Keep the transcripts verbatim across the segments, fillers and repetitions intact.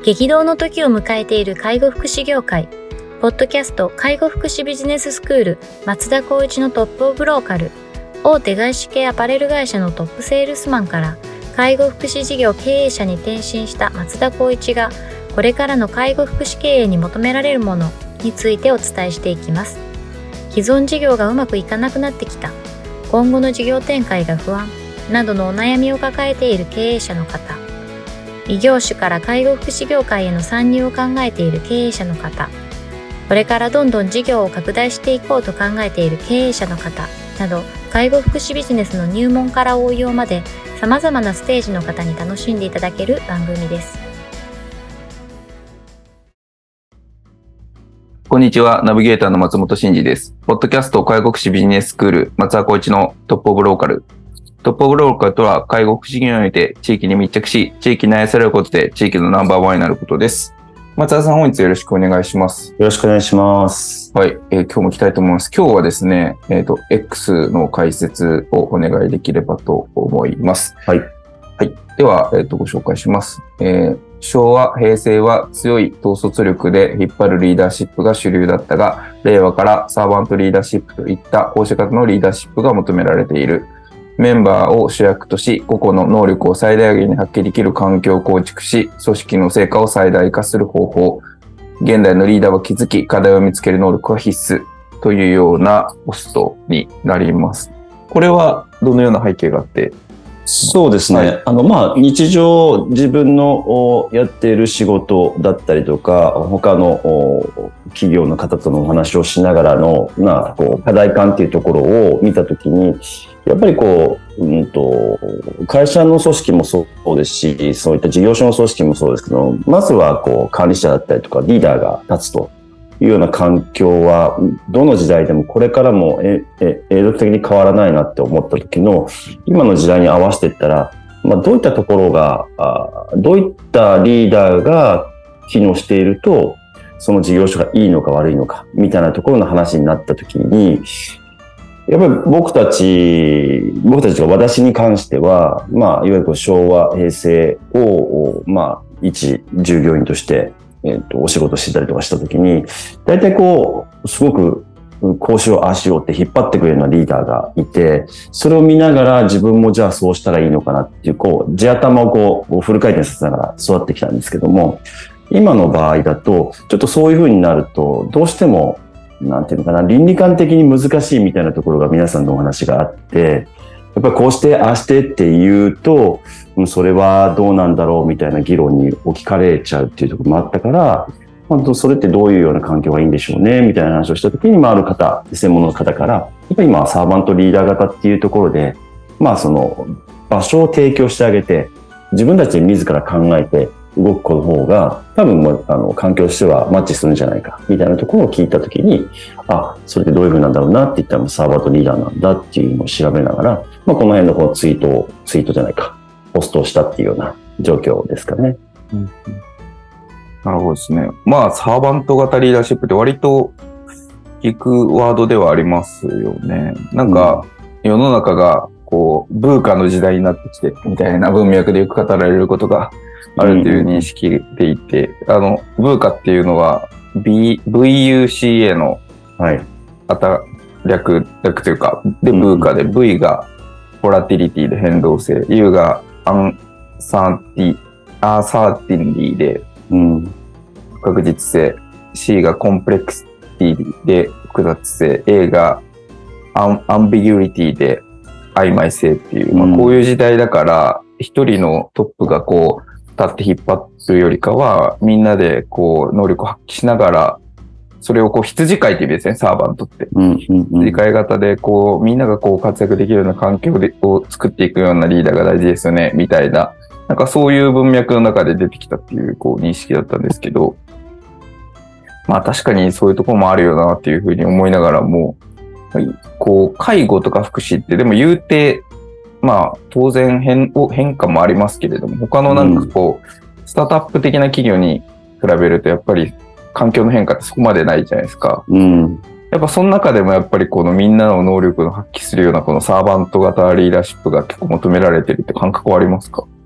激動の時を迎えている介護福祉業界。ポッドキャスト介護福祉ビジネススクール松田光一のトップオブローカル。大手外資系アパレル会社のトップセールスマンから介護福祉事業経営者に転身した松田光一が、これからの介護福祉経営に求められるものについてお伝えしていきます。既存事業がうまくいかなくなってきた、今後の事業展開が不安などのお悩みを抱えている経営者の方、異業種から介護福祉業界への参入を考えている経営者の方、これからどんどん事業を拡大していこうと考えている経営者の方など、介護福祉ビジネスの入門から応用まで様々なステージの方に楽しんでいただける番組です。 こんにちは、ナビゲーターの松本真嗣です。ポッドキャスト介護福祉ビジネススクール松田光一のトップオブローカル。トップオブローカルとは、介護福祉業において地域に密着し、地域に愛されることで地域のナンバーワンになることです。松田さん、本日よろしくお願いします。 よろしくお願いします。 はい、えー、今日も行きたいと思います。今日はですね、えっと、X の解説をお願いできればと思います。 はい。 はい。では、えっと、ご紹介します。えー、昭和、平成は強い統率力で引っ張るリーダーシップが主流だったが、令和からサーバントリーダーシップといった講師方のリーダーシップが求められている。メンバーを主役とし、個々の能力を最大限に発揮できる環境を構築し、組織の成果を最大化する方法。現代のリーダーは気づき、課題を見つける能力は必須というようなポストになります。これはどのような背景があって？ そうですね。 はい、 あの、まあ、日常自分のやっている仕事だったりとか、他の企業の方とのお話をしながらの、まあ、こう課題感っていうところを見たときに、やっぱりこう、うんと、会社の組織もそうですし、そういった事業所の組織もそうですけど、まずはこう管理者だったりとかリーダーが立つというような環境は、どの時代でもこれからもええ永続的に変わらないなって思った時の、今の時代に合わせていったら、まあ、どういったところが、あどういったリーダーが機能していると、その事業所がいいのか悪いのか、みたいなところの話になった時に、やっぱり僕たち、僕たちが私に関しては、まあ、いわゆるこう昭和、平成を、まあ、一従業員として、えっと、お仕事してたりとかしたときに、大体こう、すごく、こうしよう、ああしようって引っ張ってくれるようなリーダーがいて、それを見ながら自分もじゃあそうしたらいいのかなっていう、こう、地頭をこう、フル回転させながら育ってきたんですけども、今の場合だと、ちょっとそういう風になると、どうしても、なんていうのかな、倫理観的に難しいみたいなところが皆さんのお話があって、やっぱりこうして、ああしてって言うと、それはどうなんだろうみたいな議論に置き換えちゃうっていうところもあったから、本当それってどういうような環境がいいんでしょうねみたいな話をしたときに、まあ、ある方、専門の方から、やっぱり今はサーバントリーダー型っていうところで、まあその場所を提供してあげて、自分たちで自ら考えて、動く子の方が多分あの環境としてはマッチするんじゃないかみたいなところを聞いたときに、あ、それってどういう風なんだろうなって言ったらサーバーとリーダーなんだっていうのを調べながら、まあ、この辺のこうツイートを、ツイートじゃないか、ポストをしたっていうような状況ですかね。 うん、なるほどですね。まあサーバント型リーダーシップって割と聞くワードではありますよね。なんか世の中がこうブーカの時代になってきてみたいな文脈でよく語られることがあるという認識でいて、うん、あの、ブーカっていうのは、B、ブイユーシーエー の、はい、あた、略、略というか、で、ブーカで、うん、V が、ボラティリティで変動性、U が、アンサーティ、アーサーティンリーで、うん、不確実性、C がコンプレックスティで複雑性、A がアン、アンビギュリティで曖昧性っていう、まあ、こういう時代だから、一人のトップがこう、立って引っ張るよりかは、みんなでこう、能力を発揮しながら、それをこう、羊飼いって意味ですね、サーバントって。うんうんうん、羊飼い型で、こう、みんながこう、活躍できるような環境でを作っていくようなリーダーが大事ですよね、みたいな。なんかそういう文脈の中で出てきたっていう、こう、認識だったんですけど、まあ確かにそういうところもあるよなっていうふうに思いながらも、こう、介護とか福祉って、でも言うて、まあ、当然変、変化もありますけれども、他のなんかこう、うん、スタートアップ的な企業に比べると、やっぱり環境の変化ってそこまでないじゃないですか。うん、やっぱその中でもやっぱりこのみんなの能力の発揮するようなこのサーバント型リーダーシップが結構求められてるって感覚はありますか？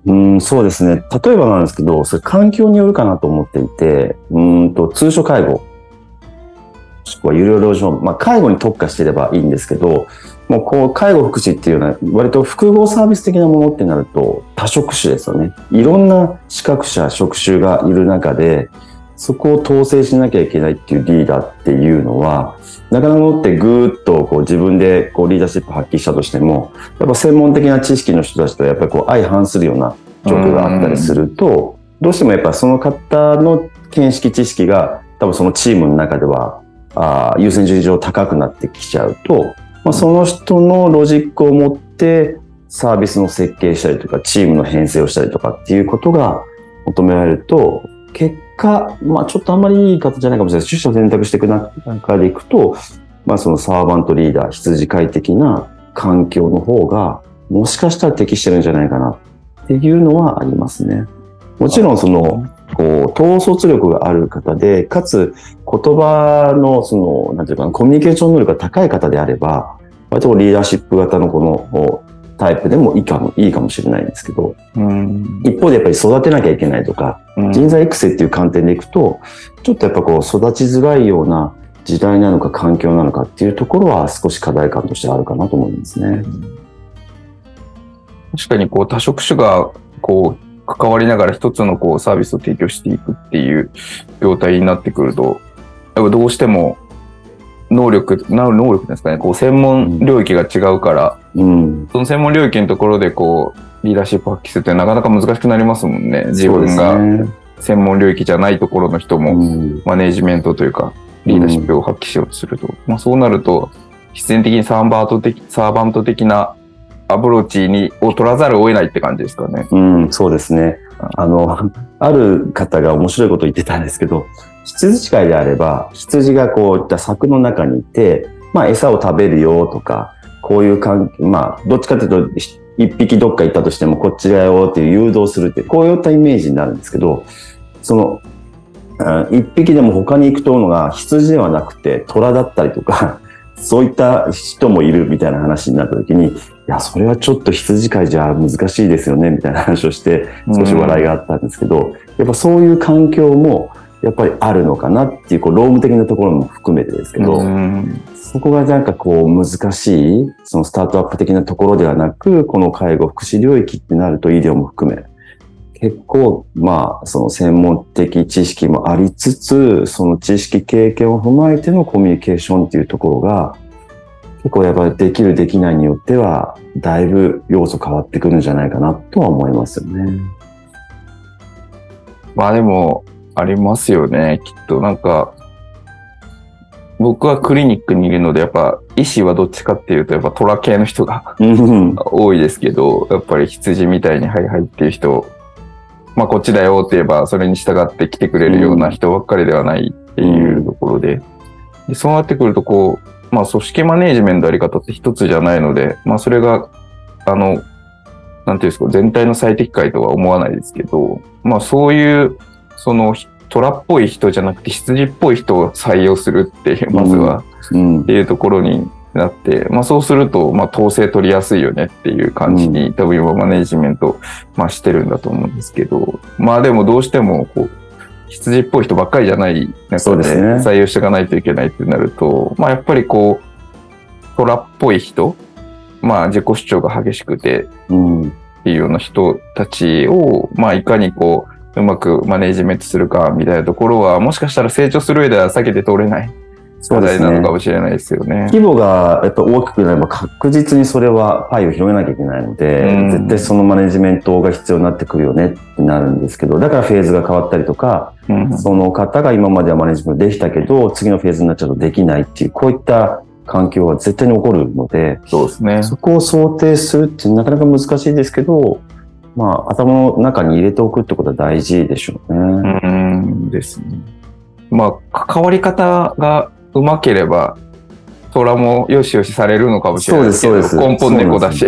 うん、そうですね。例えばなんですけど、それ環境によるかなと思っていて、うんと、通所介護、もしくは有料老人ホーム、まあ、介護に特化していればいいんですけど、もうこう、介護福祉っていうのは、割と複合サービス的なものってなると、多職種ですよね。いろんな資格者、職種がいる中で、そこを統制しなきゃいけないっていうリーダーっていうのは、なかなかのってぐーっとこう自分でこうリーダーシップ発揮したとしても、やっぱ専門的な知識の人たちとやっぱりこう相反するような状況があったりすると、どうしてもやっぱその方の見識知識が多分そのチームの中ではあ優先順位上高くなってきちゃうと、まあ、その人のロジックを持ってサービスの設計したりとかチームの編成をしたりとかっていうことが求められると、結果、まあちょっとあんまりいい言い方じゃないかもしれない。取捨選択していく中でいくと、まあそのサーバントリーダー、羊飼い的な環境の方が、もしかしたら適してるんじゃないかなっていうのはありますね。もちろんその、こう、統率力がある方で、かつ言葉のその、なんていうかな、コミュニケーション能力が高い方であれば、割とリーダーシップ型のこのタイプでもいいかも、いいかもしれないんですけど、うん、一方でやっぱり育てなきゃいけないとか、うん、人材育成っていう観点でいくと、ちょっとやっぱこう育ちづらいような時代なのか環境なのかっていうところは少し課題感としてあるかなと思いますね。うん、 確かにこう多職種がこう関わりながら一つのこうサービスを提供していくっていう状態になってくると、やっぱどうしても能力、能力ですかね、こう専門領域が違うから、うん、その専門領域のところでこうリーダーシップ発揮するってなかなか難しくなりますもんね。自分が専門領域じゃないところの人もマネージメントというかリーダーシップを発揮しようとすると、うん、まあそうなると必然的にサーバート的、サーバント的なアプローチにを取らざるを得ないって感じですかね。 うん、そうですね。あの、ある方が面白いことを言ってたんですけど、羊飼いであれば、羊がこういった柵の中にいて、まあ餌を食べるよとか、こういう関係、まあどっちかというと、一匹どっか行ったとしてもこっちだよっていう誘導するって、こういったイメージになるんですけど、その、一匹でも他に行くとのが羊ではなくて虎だったりとか、そういった人もいるみたいな話になった時に、いや、それはちょっと羊飼いじゃ難しいですよね、みたいな話をして、少し笑いがあったんですけど、やっぱそういう環境も、やっぱりあるのかなっていう、こう、労務的なところも含めてですけど、そこがなんかこう、難しい、そのスタートアップ的なところではなく、この介護福祉領域ってなると医療も含め、結構、まあ、その専門的知識もありつつ、その知識経験を踏まえてのコミュニケーションっていうところが、結構やっぱりできるできないによっては、だいぶ要素変わってくるんじゃないかなとは思いますよね。 まあでも、ありますよね。きっとなんか、僕はクリニックにいるので、やっぱ医師はどっちかっていうと、やっぱトラ系の人が多いですけど、やっぱり羊みたいにはいはいっていう人、まあこっちだよって言えば、それに従って来てくれるような人ばっかりではないっていうところで、でそうなってくるとこう、まあ組織マネージメントのやり方って一つじゃないので、まあそれが、あの、なんていうんですか、全体の最適解とは思わないですけど、まあそういう、その虎っぽい人じゃなくて羊っぽい人を採用するっていう、まずは、うんうん、っていうところになって、まあそうすると、まあ統制取りやすいよねっていう感じに、うん、多分今マネージメント、まあしてるんだと思うんですけど、まあでもどうしても、こう、羊っぽい人ばっかりじゃない中で採用していかないといけないってなると、まあやっぱりこう、虎っぽい人、まあ自己主張が激しくて、っていうような人たちを、まあいかにこう、うまくマネージメントするかみたいなところは、もしかしたら成長する上では避けて通れない課題なのかもしれないですよね。 規模がやっぱ大きくなれば確実にそれはパイを広げなきゃいけないので、うん、絶対そのマネージメントが必要になってくるよねってなるんですけど、だからフェーズが変わったりとか、うん、その方が今まではマネージメントできたけど、次のフェーズになっちゃうとできないっていう、こういった環境は絶対に起こるので、 そうですね。 そこを想定するってなかなか難しいですけど、まあ、頭の中に入れておくってことは大事でしょうね。 うんですね。まあ、関わり方がうまければ、虎もよしよしされるのかもしれないですけど、そうです、そうです。根本猫だし。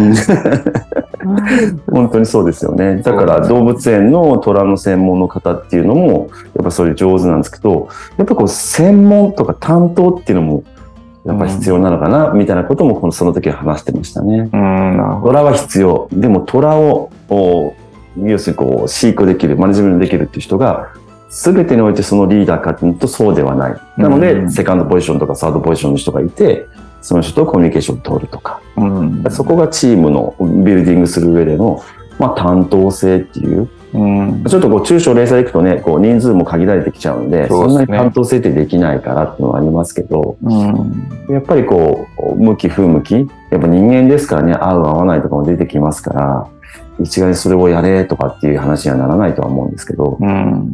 本当にそうですよね。だから動物園の虎の専門の方っていうのも、やっぱそれ上手なんですけど、やっぱこう専門とか担当っていうのも、やっぱ必要なのかな、うん、みたいなこともこのその時は話してましたね。うん、虎は必要。でも虎を要するにこう、飼育できる、マネジメントできるっていう人が、全てにおいてそのリーダーかっていうとそうではない。なので、 うん、 セカンドポジションとかサードポジションの人がいて、その人とコミュニケーションを取るとか。 うん、 そこがチームのビルディングする上での、まあ、担当性っていう。 うん、 ちょっとこう、中小零細いくとね、こう、人数も限られてきちゃうんで、 そうですね、 そんなに担当性ってできないからっていうのはありますけど、 うん、 やっぱりこう、向き不向き、やっぱ人間ですからね、合う合わないとかも出てきますから、一概にそれをやれとかっていう話にはならないとは思うんですけど、 うん、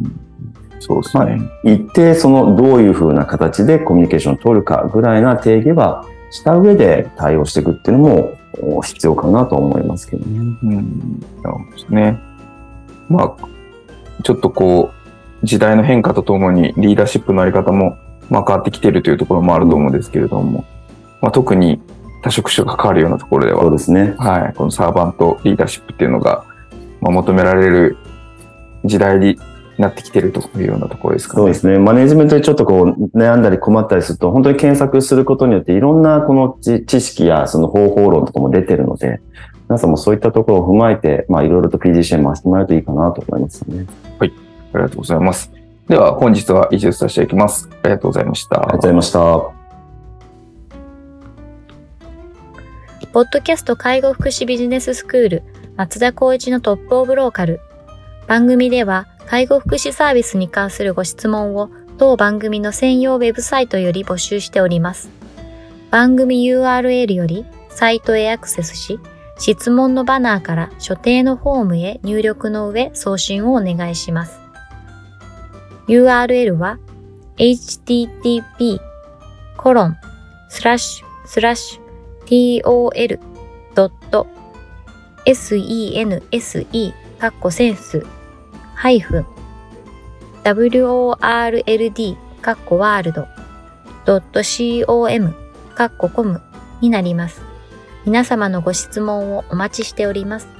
そうですね。まあ、 一定そのどういうふうな形でコミュニケーションを取るかぐらいな定義はした上で対応していくっていうのも必要かなと思いますけどね。 うん、そうですね。まあ、ちょっとこう、時代の変化とともにリーダーシップのあり方もまあ変わってきているというところもあると思うんですけれども、まあ、特に多職種が関わるようなところでは、 そうですね。 はい、このサーバントリーダーシップっていうのが、まあ、求められる時代になってきているというようなところですかね。 そうですね。マネジメントでちょっとこう悩んだり困ったりすると、本当に検索することによっていろんなこの知識やその方法論とかも出てるので、皆さんもそういったところを踏まえて、まあいろいろと ピーディーシー 回してもらえるといいかなと思いますね。 はい。ありがとうございます。では本日は以上させていただきます。ありがとうございました。 ありがとうございました。 ポッドキャスト介護福祉ビジネススクール松田光一のトップオブローカル。番組では介護福祉サービスに関するご質問を当番組の専用ウェブサイトより募集しております。番組 ユーアールエル よりサイトへアクセスし、質問のバナーから所定のフォームへ入力の上送信をお願いします。ユーアールエル は エイチティーティーピーコロンスラッシュスラッシュ tol.sense かっこセンスハイフン world かっこワールド .com かっこコムになります。皆様のご質問をお待ちしております。